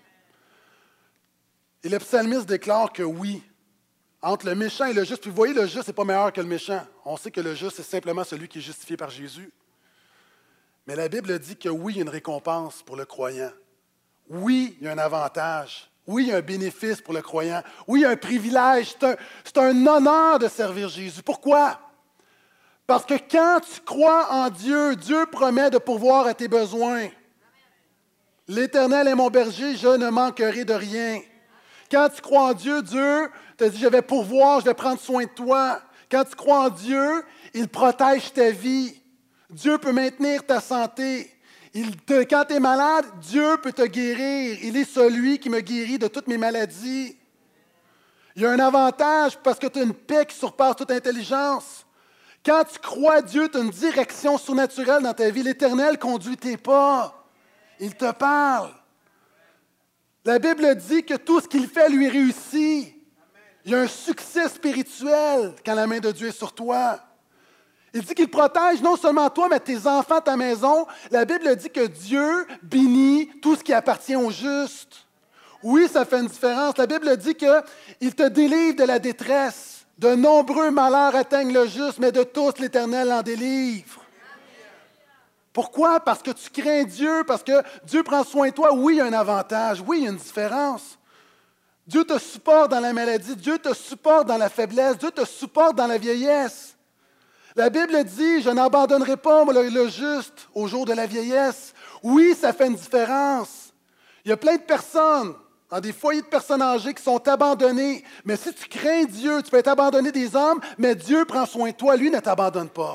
[SPEAKER 1] Et le psalmiste déclare que oui, entre le méchant et le juste, puis vous voyez, le juste n'est pas meilleur que le méchant. On sait que le juste, c'est simplement celui qui est justifié par Jésus. Mais la Bible dit que oui, il y a une récompense pour le croyant. Oui, il y a un avantage. Oui, il y a un bénéfice pour le croyant. Oui, il y a un privilège. C'est un, c'est un honneur de servir Jésus. Pourquoi? Parce que quand tu crois en Dieu, Dieu promet de pourvoir à tes besoins. L'Éternel est mon berger, je ne manquerai de rien. Quand tu crois en Dieu, Dieu te dit, je vais pourvoir, je vais prendre soin de toi. Quand tu crois en Dieu, il protège ta vie. Dieu peut maintenir ta santé. Il te, quand tu es malade, Dieu peut te guérir. Il est celui qui me guérit de toutes mes maladies. Il y a un avantage parce que tu as une paix qui surpasse toute intelligence. Quand tu crois à Dieu, tu as une direction surnaturelle dans ta vie. L'Éternel conduit tes pas. Il te parle. La Bible dit que tout ce qu'il fait lui réussit. Il y a un succès spirituel quand la main de Dieu est sur toi. Il dit qu'il protège non seulement toi, mais tes enfants, ta maison. La Bible dit que Dieu bénit tout ce qui appartient au juste. Oui, ça fait une différence. La Bible dit qu'il te délivre de la détresse. De nombreux malheurs atteignent le juste, mais de tous l'Éternel en délivre. Pourquoi? Parce que tu crains Dieu, parce que Dieu prend soin de toi. Oui, il y a un avantage. Oui, il y a une différence. Dieu te supporte dans la maladie. Dieu te supporte dans la faiblesse. Dieu te supporte dans la vieillesse. La Bible dit, je n'abandonnerai pas le, le juste au jour de la vieillesse. Oui, ça fait une différence. Il y a plein de personnes, dans des foyers de personnes âgées qui sont abandonnées. Mais si tu crains Dieu, tu peux être abandonné des hommes, mais Dieu prend soin de toi. Lui ne t'abandonne pas.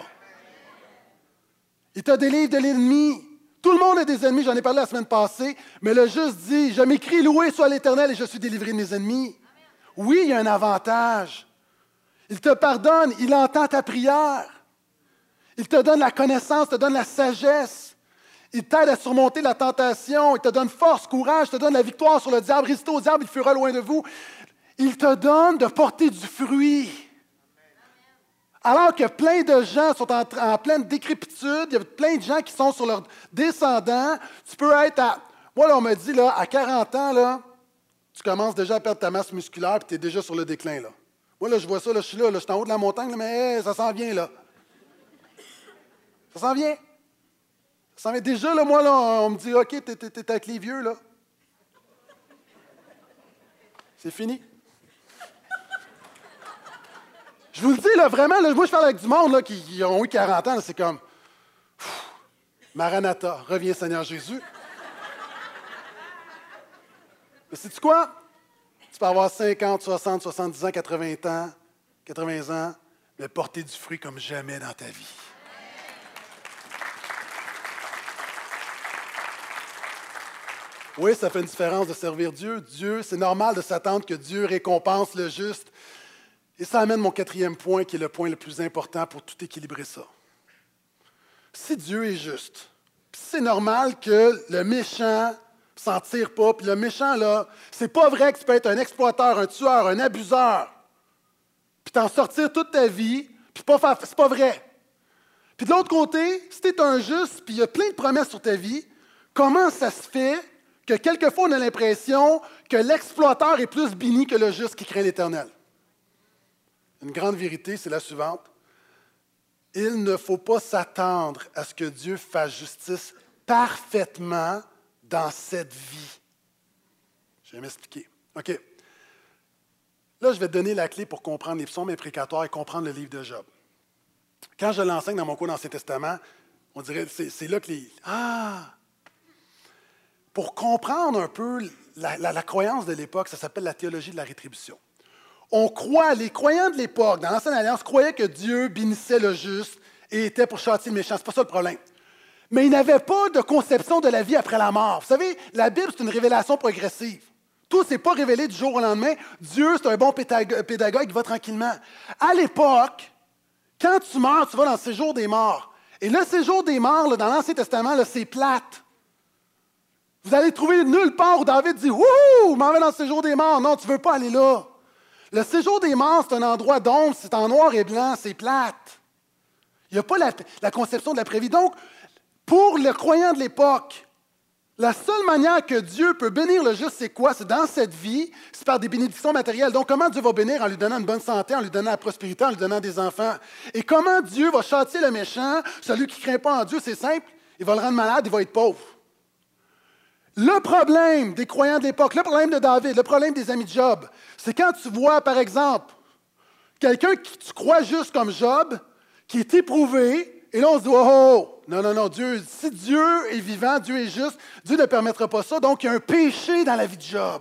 [SPEAKER 1] Il te délivre de l'ennemi. Tout le monde a des ennemis, j'en ai parlé la semaine passée, mais le juste dit, je m'écris, loué soit l'Éternel et je suis délivré de mes ennemis. Oui, il y a un avantage. Il te pardonne, il entend ta prière. Il te donne la connaissance, te donne la sagesse. Il t'aide à surmonter la tentation, il te donne force, courage, il te donne la victoire sur le diable. Résistez au diable, il fuira loin de vous. Il te donne de porter du fruit. Alors que plein de gens sont en, en pleine décrépitude, il y a plein de gens qui sont sur leurs descendants, tu peux être à... Moi, là, on me dit, là, à quarante ans, là, tu commences déjà à perdre ta masse musculaire et tu es déjà sur le déclin. Là. Moi, là, je vois ça, là, je suis là, là, je suis en haut de la montagne, là, mais hey, ça s'en vient, là. Ça s'en vient. Ça s'en vient. Déjà, là, moi, là, on me dit, OK, t'es, t'es, t'es avec les vieux, là. C'est fini. Je vous le dis, là, vraiment, là, moi, je parle avec du monde là, qui, qui ont eu quarante ans, là, c'est comme, pff, Maranatha, reviens Seigneur Jésus. Mais sais-tu quoi? Tu peux avoir cinquante, soixante, soixante-dix ans, quatre-vingts ans, quatre-vingts ans, mais porter du fruit comme jamais dans ta vie. Oui, ça fait une différence de servir Dieu. Dieu, c'est normal de s'attendre que Dieu récompense le juste. Et ça amène mon quatrième point, qui est le point le plus important pour tout équilibrer ça. Si Dieu est juste, c'est normal que le méchant ne s'en tire pas, puis le méchant, là, c'est pas vrai que tu peux être un exploiteur, un tueur, un abuseur, puis t'en sortir toute ta vie, puis pas faire... C'est pas vrai. Puis de l'autre côté, si tu es un juste, puis il y a plein de promesses sur ta vie, comment ça se fait que quelquefois on a l'impression que l'exploiteur est plus béni que le juste qui craint l'Éternel? Une grande vérité, c'est la suivante. Il ne faut pas s'attendre à ce que Dieu fasse justice parfaitement dans cette vie. Je vais m'expliquer. OK. Là, je vais te donner la clé pour comprendre les psaumes imprécatoires et comprendre le livre de Job. Quand je l'enseigne dans mon cours d'Ancien Testament, on dirait, c'est, c'est là que les... Ah! Pour comprendre un peu la, la, la croyance de l'époque, ça s'appelle la théologie de la rétribution. On croit, les croyants de l'époque, dans l'Ancienne Alliance, croyaient que Dieu bénissait le juste et était pour châtier le méchant. Ce n'est pas ça le problème. Mais ils n'avaient pas de conception de la vie après la mort. Vous savez, la Bible, c'est une révélation progressive. Tout ne s'est pas révélé du jour au lendemain. Dieu, c'est un bon pédagogue, il va tranquillement. À l'époque, quand tu meurs, tu vas dans le séjour des morts. Et le séjour des morts, là, dans l'Ancien Testament, là, c'est plate. Vous allez trouver nulle part où David dit « Wouhou, m'en vais dans le séjour des morts. » Non, tu ne veux pas aller là. Le séjour des morts, c'est un endroit d'ombre, c'est en noir et blanc, c'est plate. Il n'y a pas la, la conception de l'après-vie. Donc, pour le croyant de l'époque, la seule manière que Dieu peut bénir le juste, c'est quoi? C'est dans cette vie, c'est par des bénédictions matérielles. Donc, comment Dieu va bénir? En lui donnant une bonne santé, en lui donnant la prospérité, en lui donnant des enfants. Et comment Dieu va châtier le méchant? Celui qui ne craint pas en Dieu, c'est simple, il va le rendre malade, il va être pauvre. Le problème des croyants de l'époque, le problème de David, le problème des amis de Job, c'est quand tu vois, par exemple, quelqu'un qui tu crois juste comme Job, qui est éprouvé, et là on se dit, oh, oh, non, non, non, Dieu, si Dieu est vivant, Dieu est juste, Dieu ne permettra pas ça, donc il y a un péché dans la vie de Job.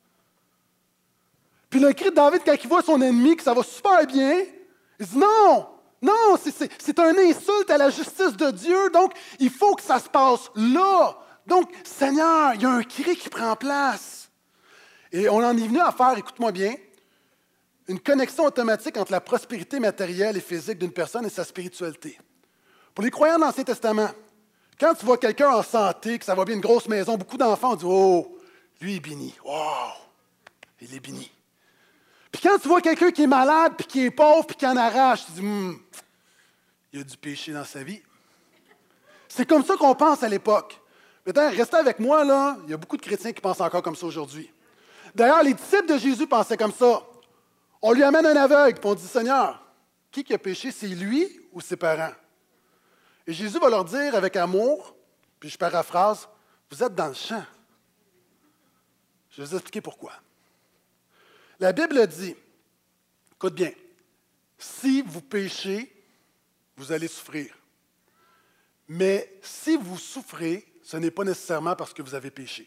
[SPEAKER 1] Puis le cri de David, quand il voit son ennemi, que ça va super bien, il dit, non, non, c'est, c'est, c'est un insulte à la justice de Dieu, donc il faut que ça se passe là. Donc, Seigneur, il y a un cri qui prend place. Et on en est venu à faire, écoute-moi bien, une connexion automatique entre la prospérité matérielle et physique d'une personne et sa spiritualité. Pour les croyants de l'Ancien Testament, quand tu vois quelqu'un en santé, que ça va bien, une grosse maison, beaucoup d'enfants, on dit « Oh, lui est béni. Wow, il est béni. » Puis quand tu vois quelqu'un qui est malade, puis qui est pauvre, puis qui en arrache, tu dis hm, « Il y a du péché dans sa vie. » C'est comme ça qu'on pense à l'époque. Maintenant, restez avec moi, là. Il y a beaucoup de chrétiens qui pensent encore comme ça aujourd'hui. D'ailleurs, les disciples de Jésus pensaient comme ça. On lui amène un aveugle, puis on dit, Seigneur, qui qui a péché, c'est lui ou ses parents? Et Jésus va leur dire avec amour, puis je paraphrase, vous êtes dans le champ. Je vais vous expliquer pourquoi. La Bible dit, écoute bien, si vous péchez, vous allez souffrir. Mais si vous souffrez, ce n'est pas nécessairement parce que vous avez péché.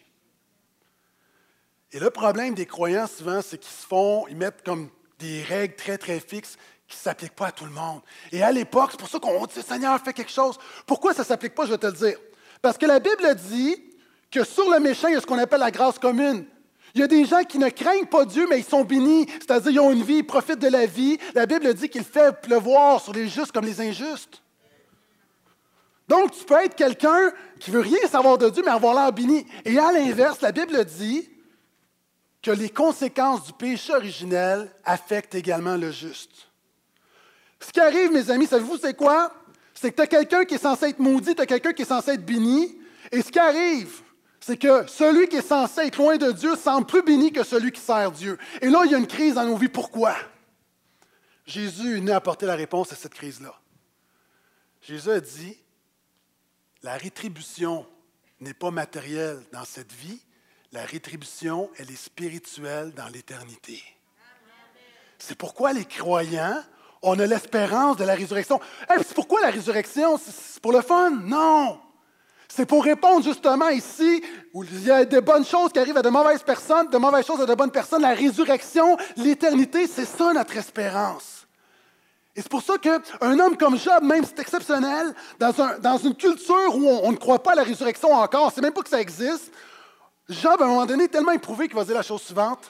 [SPEAKER 1] Et le problème des croyants, souvent, c'est qu'ils se font, ils mettent comme des règles très, très fixes qui ne s'appliquent pas à tout le monde. Et à l'époque, c'est pour ça qu'on dit, Seigneur, fais quelque chose. Pourquoi ça ne s'applique pas, je vais te le dire. Parce que la Bible dit que sur le méchant, il y a ce qu'on appelle la grâce commune. Il y a des gens qui ne craignent pas Dieu, mais ils sont bénis, c'est-à-dire ils ont une vie, ils profitent de la vie. La Bible dit qu'il fait pleuvoir sur les justes comme les injustes. Donc, tu peux être quelqu'un qui ne veut rien savoir de Dieu, mais avoir l'air béni. Et à l'inverse, la Bible dit que les conséquences du péché originel affectent également le juste. Ce qui arrive, mes amis, savez-vous c'est quoi? C'est que tu as quelqu'un qui est censé être maudit, tu as quelqu'un qui est censé être béni. Et ce qui arrive, c'est que celui qui est censé être loin de Dieu semble plus béni que celui qui sert Dieu. Et là, il y a une crise dans nos vies. Pourquoi? Jésus est venu apporter la réponse à cette crise-là. Jésus a dit, la rétribution n'est pas matérielle dans cette vie, la rétribution, elle est spirituelle dans l'éternité. C'est pourquoi les croyants, on a l'espérance de la résurrection. Hey, c'est pourquoi la résurrection? C'est pour le fun? Non! C'est pour répondre justement ici où il y a de bonnes choses qui arrivent à de mauvaises personnes, de mauvaises choses à de bonnes personnes. La résurrection, l'éternité, c'est ça notre espérance. Et c'est pour ça qu'un homme comme Job, même si c'est exceptionnel, dans, un, dans une culture où on, on ne croit pas à la résurrection encore, on ne sait même pas que ça existe, Job, à un moment donné, est tellement éprouvé qu'il va dire la chose suivante.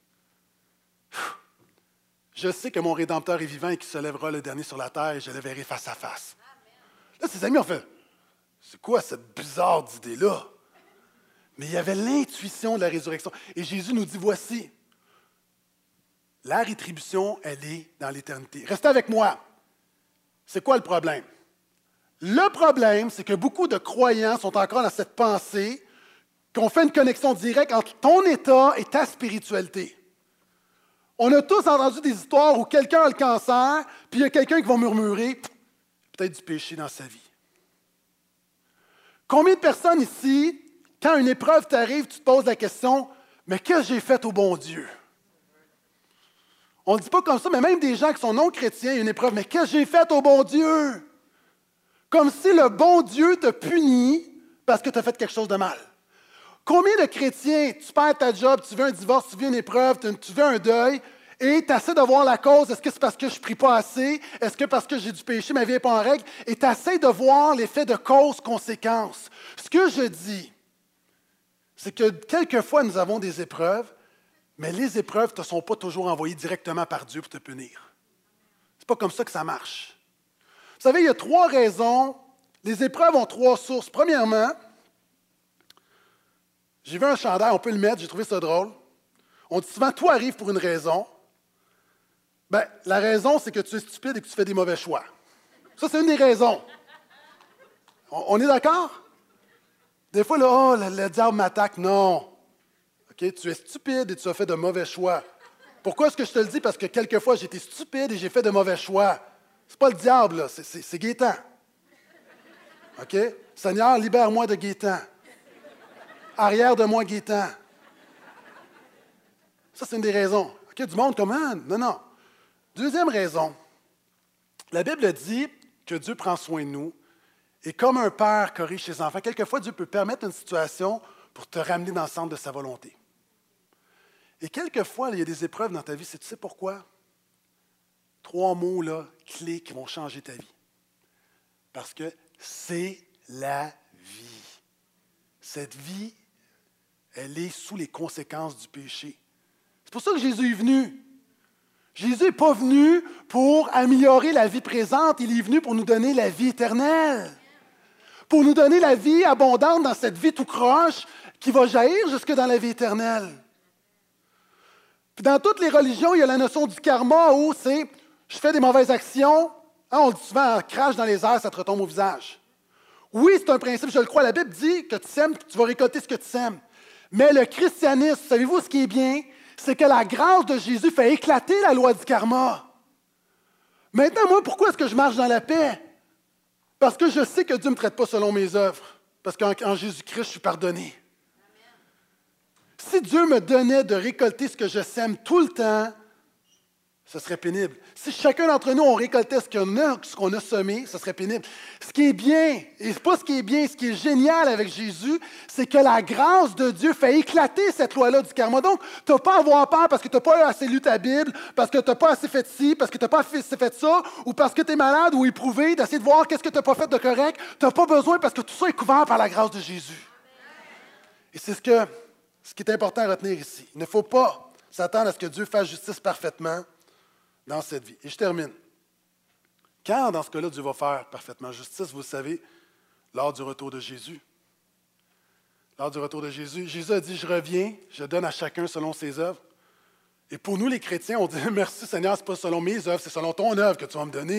[SPEAKER 1] Je sais que mon Rédempteur est vivant et qu'il se lèvera le dernier sur la terre et je le verrai face à face. Là, ses amis ont fait, c'est quoi cette bizarre idée-là? Mais il y avait l'intuition de la résurrection. Et Jésus nous dit, voici, la rétribution, elle est dans l'éternité. Restez avec moi. C'est quoi le problème? Le problème, c'est que beaucoup de croyants sont encore dans cette pensée qu'on fait une connexion directe entre ton état et ta spiritualité. On a tous entendu des histoires où quelqu'un a le cancer, puis il y a quelqu'un qui va murmurer, peut-être du péché dans sa vie. Combien de personnes ici, quand une épreuve t'arrive, tu te poses la question, mais qu'est-ce que j'ai fait au bon Dieu? On ne dit pas comme ça, mais même des gens qui sont non chrétiens, il y a une épreuve, mais qu'est-ce que j'ai fait au bon Dieu? Comme si le bon Dieu te punit parce que tu as fait quelque chose de mal. Combien de chrétiens, tu perds ta job, tu veux un divorce, tu veux une épreuve, tu veux un deuil, et tu essaies de voir la cause. Est-ce que c'est parce que je ne prie pas assez? Est-ce que parce que j'ai du péché, ma vie n'est pas en règle? Et tu essaies de voir l'effet de cause-conséquence. Ce que je dis, c'est que quelquefois, nous avons des épreuves, mais les épreuves ne te sont pas toujours envoyées directement par Dieu pour te punir. Ce n'est pas comme ça que ça marche. Vous savez, il y a trois raisons. Les épreuves ont trois sources. Premièrement, j'ai vu un chandail, on peut le mettre, j'ai trouvé ça drôle. On dit souvent, tout arrive pour une raison. Bien, la raison, c'est que tu es stupide et que tu fais des mauvais choix. Ça, c'est une des raisons. On, on est d'accord? Des fois, là, oh, le, le diable m'attaque. Non. Okay? Tu es stupide et tu as fait de mauvais choix. Pourquoi est-ce que je te le dis? Parce que quelquefois, j'ai été stupide et j'ai fait de mauvais choix. Ce n'est pas le diable, là, c'est, c'est, c'est Gaétan. OK? Seigneur, libère-moi de Gaétan. Arrière de moi, Gaétan. Ça, c'est une des raisons. OK, du monde comment? Non, non. Deuxième raison, la Bible dit que Dieu prend soin de nous et comme un père corrige ses enfants, quelquefois Dieu peut permettre une situation pour te ramener dans le centre de sa volonté. Et quelquefois, il y a des épreuves dans ta vie, c'est tu sais pourquoi? Trois mots là, clés qui vont changer ta vie. Parce que c'est la vie. Cette vie, elle est sous les conséquences du péché. C'est pour ça que Jésus est venu. Jésus n'est pas venu pour améliorer la vie présente, il est venu pour nous donner la vie éternelle. Pour nous donner la vie abondante dans cette vie tout croche qui va jaillir jusque dans la vie éternelle. Puis dans toutes les religions, il y a la notion du karma où c'est « je fais des mauvaises actions ». Hein, on le dit souvent « crache dans les airs, ça te retombe au visage ». Oui, c'est un principe, je le crois. La Bible dit que tu sèmes, tu vas récolter ce que tu sèmes. Mais le christianisme, savez-vous ce qui est bien? C'est que la grâce de Jésus fait éclater la loi du karma. Maintenant, moi, pourquoi est-ce que je marche dans la paix? Parce que je sais que Dieu ne me traite pas selon mes œuvres. Parce qu'en en Jésus-Christ, je suis pardonné. Si Dieu me donnait de récolter ce que je sème tout le temps, ce serait pénible. Si chacun d'entre nous, on récoltait ce qu'on a, ce qu'on a semé, ce serait pénible. Ce qui est bien, et pas ce qui est bien, ce qui est génial avec Jésus, c'est que la grâce de Dieu fait éclater cette loi-là du karma. Donc, tu n'as pas à avoir peur parce que tu n'as pas assez lu ta Bible, parce que tu n'as pas assez fait ci, parce que tu n'as pas assez fait ça, ou parce que tu es malade ou éprouvé, d'essayer de voir qu'est-ce que tu n'as pas fait de correct. Tu n'as pas besoin parce que tout ça est couvert par la grâce de Jésus. Et c'est ce, que, ce qui est important à retenir ici. Il ne faut pas s'attendre à ce que Dieu fasse justice parfaitement dans cette vie. Et je termine. Quand, dans ce cas-là, Dieu va faire parfaitement justice, vous le savez, lors du retour de Jésus. Lors du retour de Jésus, Jésus a dit, « Je reviens, je donne à chacun selon ses œuvres. » Et pour nous, les chrétiens, on dit, « Merci Seigneur, ce n'est pas selon mes œuvres, c'est selon ton œuvre que tu vas me donner. »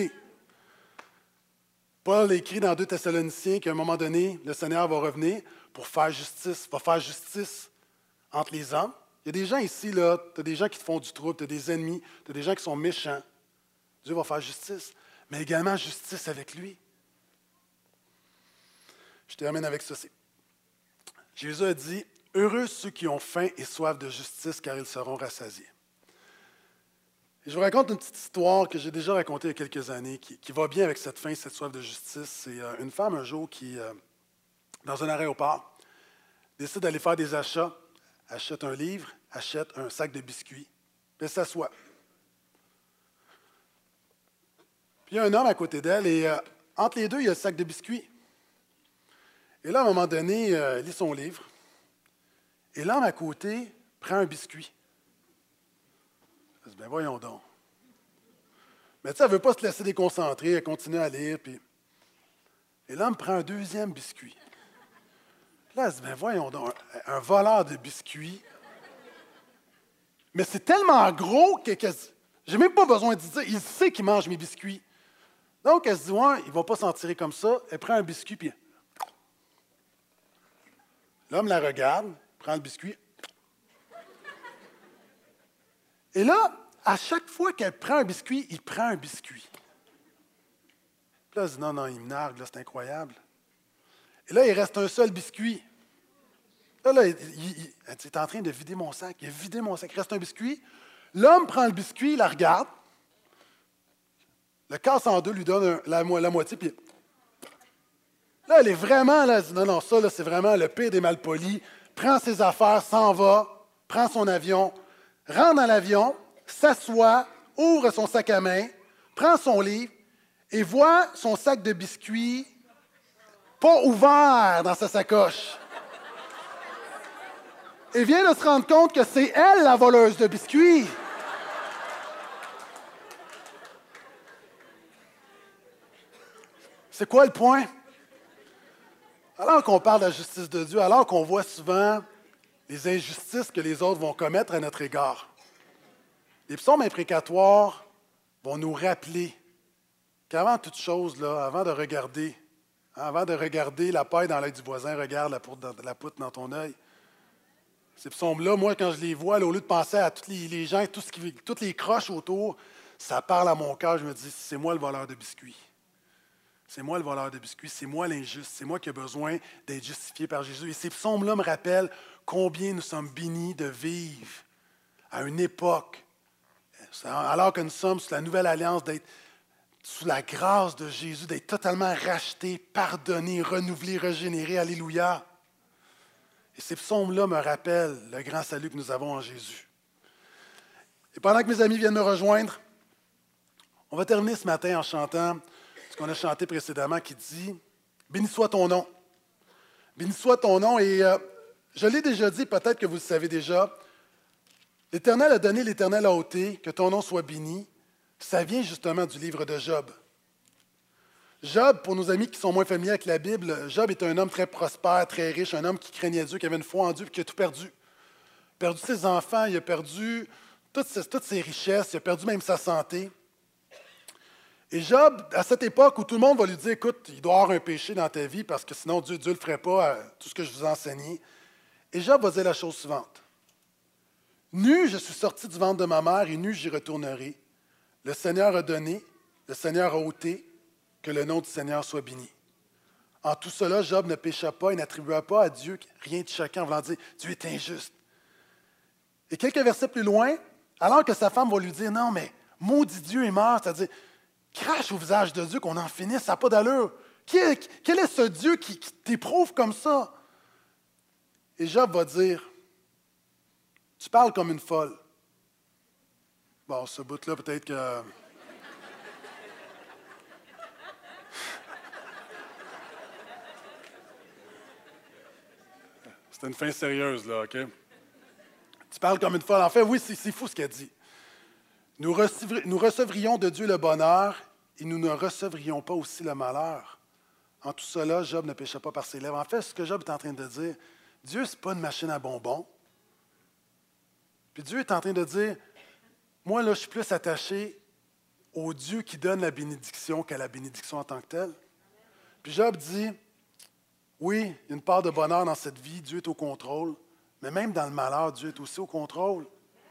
[SPEAKER 1] Paul écrit dans deux Thessaloniciens qu'à un moment donné, le Seigneur va revenir pour faire justice, va faire justice entre les hommes. Il y a des gens ici, là, tu as des gens qui te font du trouble, tu as des ennemis, tu as des gens qui sont méchants. Dieu va faire justice, mais également justice avec lui. Je termine avec ceci. Jésus a dit, « Heureux ceux qui ont faim et soif de justice, car ils seront rassasiés. » Et je vous raconte une petite histoire que j'ai déjà racontée il y a quelques années, qui, qui va bien avec cette faim, cette soif de justice. C'est euh, une femme un jour qui, euh, dans un aéroport, décide d'aller faire des achats, achète un livre, achète un sac de biscuits, puis elle s'assoit. Puis il y a un homme à côté d'elle, et euh, entre les deux, il y a le sac de biscuits. Et là, à un moment donné, euh, elle lit son livre, et l'homme à côté prend un biscuit. Elle dit, « Ben voyons donc. » Mais tu sais, elle ne veut pas se laisser déconcentrer, elle continue à lire, puis... Et l'homme prend un deuxième biscuit. Là, elle se dit, « Ben voyons donc, un, un voleur de biscuits. » Mais c'est tellement gros que, que je n'ai même pas besoin de dire, il sait qu'il mange mes biscuits. Donc, elle se dit, « Ouais, il ne va pas s'en tirer comme ça. » Elle prend un biscuit, puis... L'homme la regarde, prend le biscuit. Et là, à chaque fois qu'elle prend un biscuit, il prend un biscuit. Puis là, elle dit, non, non, il me nargue, là, c'est incroyable. Et là, il reste un seul biscuit. Là, là il, il, il, elle dit, il est en train de vider mon sac. Il a vidé mon sac, il reste un biscuit. L'homme prend le biscuit, il la regarde, le casse en deux, lui donne un, la, la moitié, puis là, elle est vraiment, là, elle dit, non, non, ça, là, c'est vraiment le pire des malpolis. Prend ses affaires, s'en va, prend son avion, rentre dans l'avion, s'assoit, ouvre son sac à main, prend son livre et voit son sac de biscuits pas ouvert dans sa sacoche. Et vient de se rendre compte que c'est elle la voleuse de biscuits. C'est quoi le point? Alors qu'on parle de la justice de Dieu, alors qu'on voit souvent les injustices que les autres vont commettre à notre égard, les psaumes imprécatoires vont nous rappeler qu'avant toute chose, là, avant de regarder, avant de regarder la paille dans l'œil du voisin, regarde la poutre dans, la poutre dans ton œil. Ces psaumes-là, moi, quand je les vois, là, au lieu de penser à tous les, les gens, tout ce qui, toutes les croches autour, ça parle à mon cœur. Je me dis, c'est moi le voleur de biscuits. C'est moi le voleur de biscuits, c'est moi l'injuste, c'est moi qui ai besoin d'être justifié par Jésus. Et ces psaumes-là me rappellent combien nous sommes bénis de vivre à une époque, alors que nous sommes sous la nouvelle alliance, d'être sous la grâce de Jésus, d'être totalement rachetés, pardonnés, renouvelés, régénérés. Alléluia. Et ces psaumes-là me rappellent le grand salut que nous avons en Jésus. Et pendant que mes amis viennent me rejoindre, on va terminer ce matin en chantant ce qu'on a chanté précédemment qui dit « Béni soit ton nom ». Béni soit ton nom. Et euh, je l'ai déjà dit, peut-être que vous le savez déjà, l'Éternel a donné, l'Éternel a ôté, que ton nom soit béni. Ça vient justement du livre de Job. Job, pour nos amis qui sont moins familiers avec la Bible, Job est un homme très prospère, très riche, un homme qui craignait Dieu, qui avait une foi en Dieu et qui a tout perdu. Il a perdu ses enfants, il a perdu toutes ses, toutes ses richesses, il a perdu même sa santé. Et Job, à cette époque où tout le monde va lui dire, écoute, il doit y avoir un péché dans ta vie parce que sinon Dieu ne le ferait pas, tout ce que je vous ai enseigné. Et Job va dire la chose suivante. Nu, je suis sorti du ventre de ma mère, et nu, j'y retournerai. Le Seigneur a donné, le Seigneur a ôté, que le nom du Seigneur soit béni. En tout cela, Job ne pécha pas et n'attribua pas à Dieu rien de choquant, en voulant dire « Dieu est injuste ». Et quelques versets plus loin, alors que sa femme va lui dire « Non, mais maudit Dieu est mort », c'est-à-dire « Crache au visage de Dieu qu'on en finisse, ça n'a pas d'allure. Qui est, quel est ce Dieu qui, qui t'éprouve comme ça? » Et Job va dire « Tu parles comme une folle. » Bon, ce bout-là, peut-être que... C'était une fin sérieuse, là, OK? Tu parles comme une folle. En fait, oui, c'est, c'est fou ce qu'elle dit. Nous, recevri, nous recevrions de Dieu le bonheur et nous ne recevrions pas aussi le malheur. En tout cela, Job ne pécha pas par ses lèvres. En fait, ce que Job est en train de dire, Dieu, ce n'est pas une machine à bonbons. Puis Dieu est en train de dire, moi, là, je suis plus attaché au Dieu qui donne la bénédiction qu'à la bénédiction en tant que telle. Puis Job dit, oui, il y a une part de bonheur dans cette vie, Dieu est au contrôle, mais même dans le malheur, Dieu est aussi au contrôle.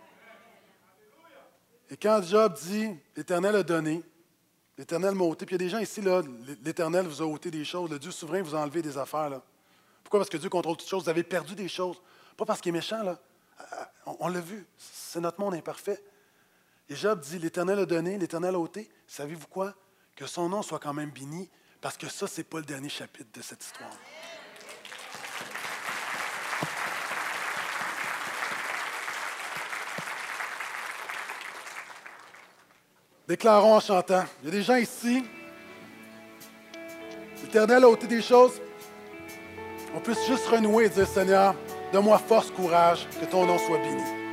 [SPEAKER 1] Et quand Job dit, l'Éternel a donné, l'Éternel m'a ôté, puis il y a des gens ici, là, l'Éternel vous a ôté des choses, le Dieu souverain vous a enlevé des affaires. Là. Pourquoi? Parce que Dieu contrôle toutes choses, vous avez perdu des choses. Pas parce qu'il est méchant, là. On, on l'a vu, c'est notre monde imparfait. Et Job dit, l'Éternel a donné, l'Éternel a ôté. Savez-vous quoi? Que son nom soit quand même béni, parce que ça, ce n'est pas le dernier chapitre de cette histoire. Déclarons en chantant. Il y a des gens ici, l'Éternel a ôté des choses. On peut juste renouer et dire, Seigneur, donne-moi force, courage, que ton nom soit béni.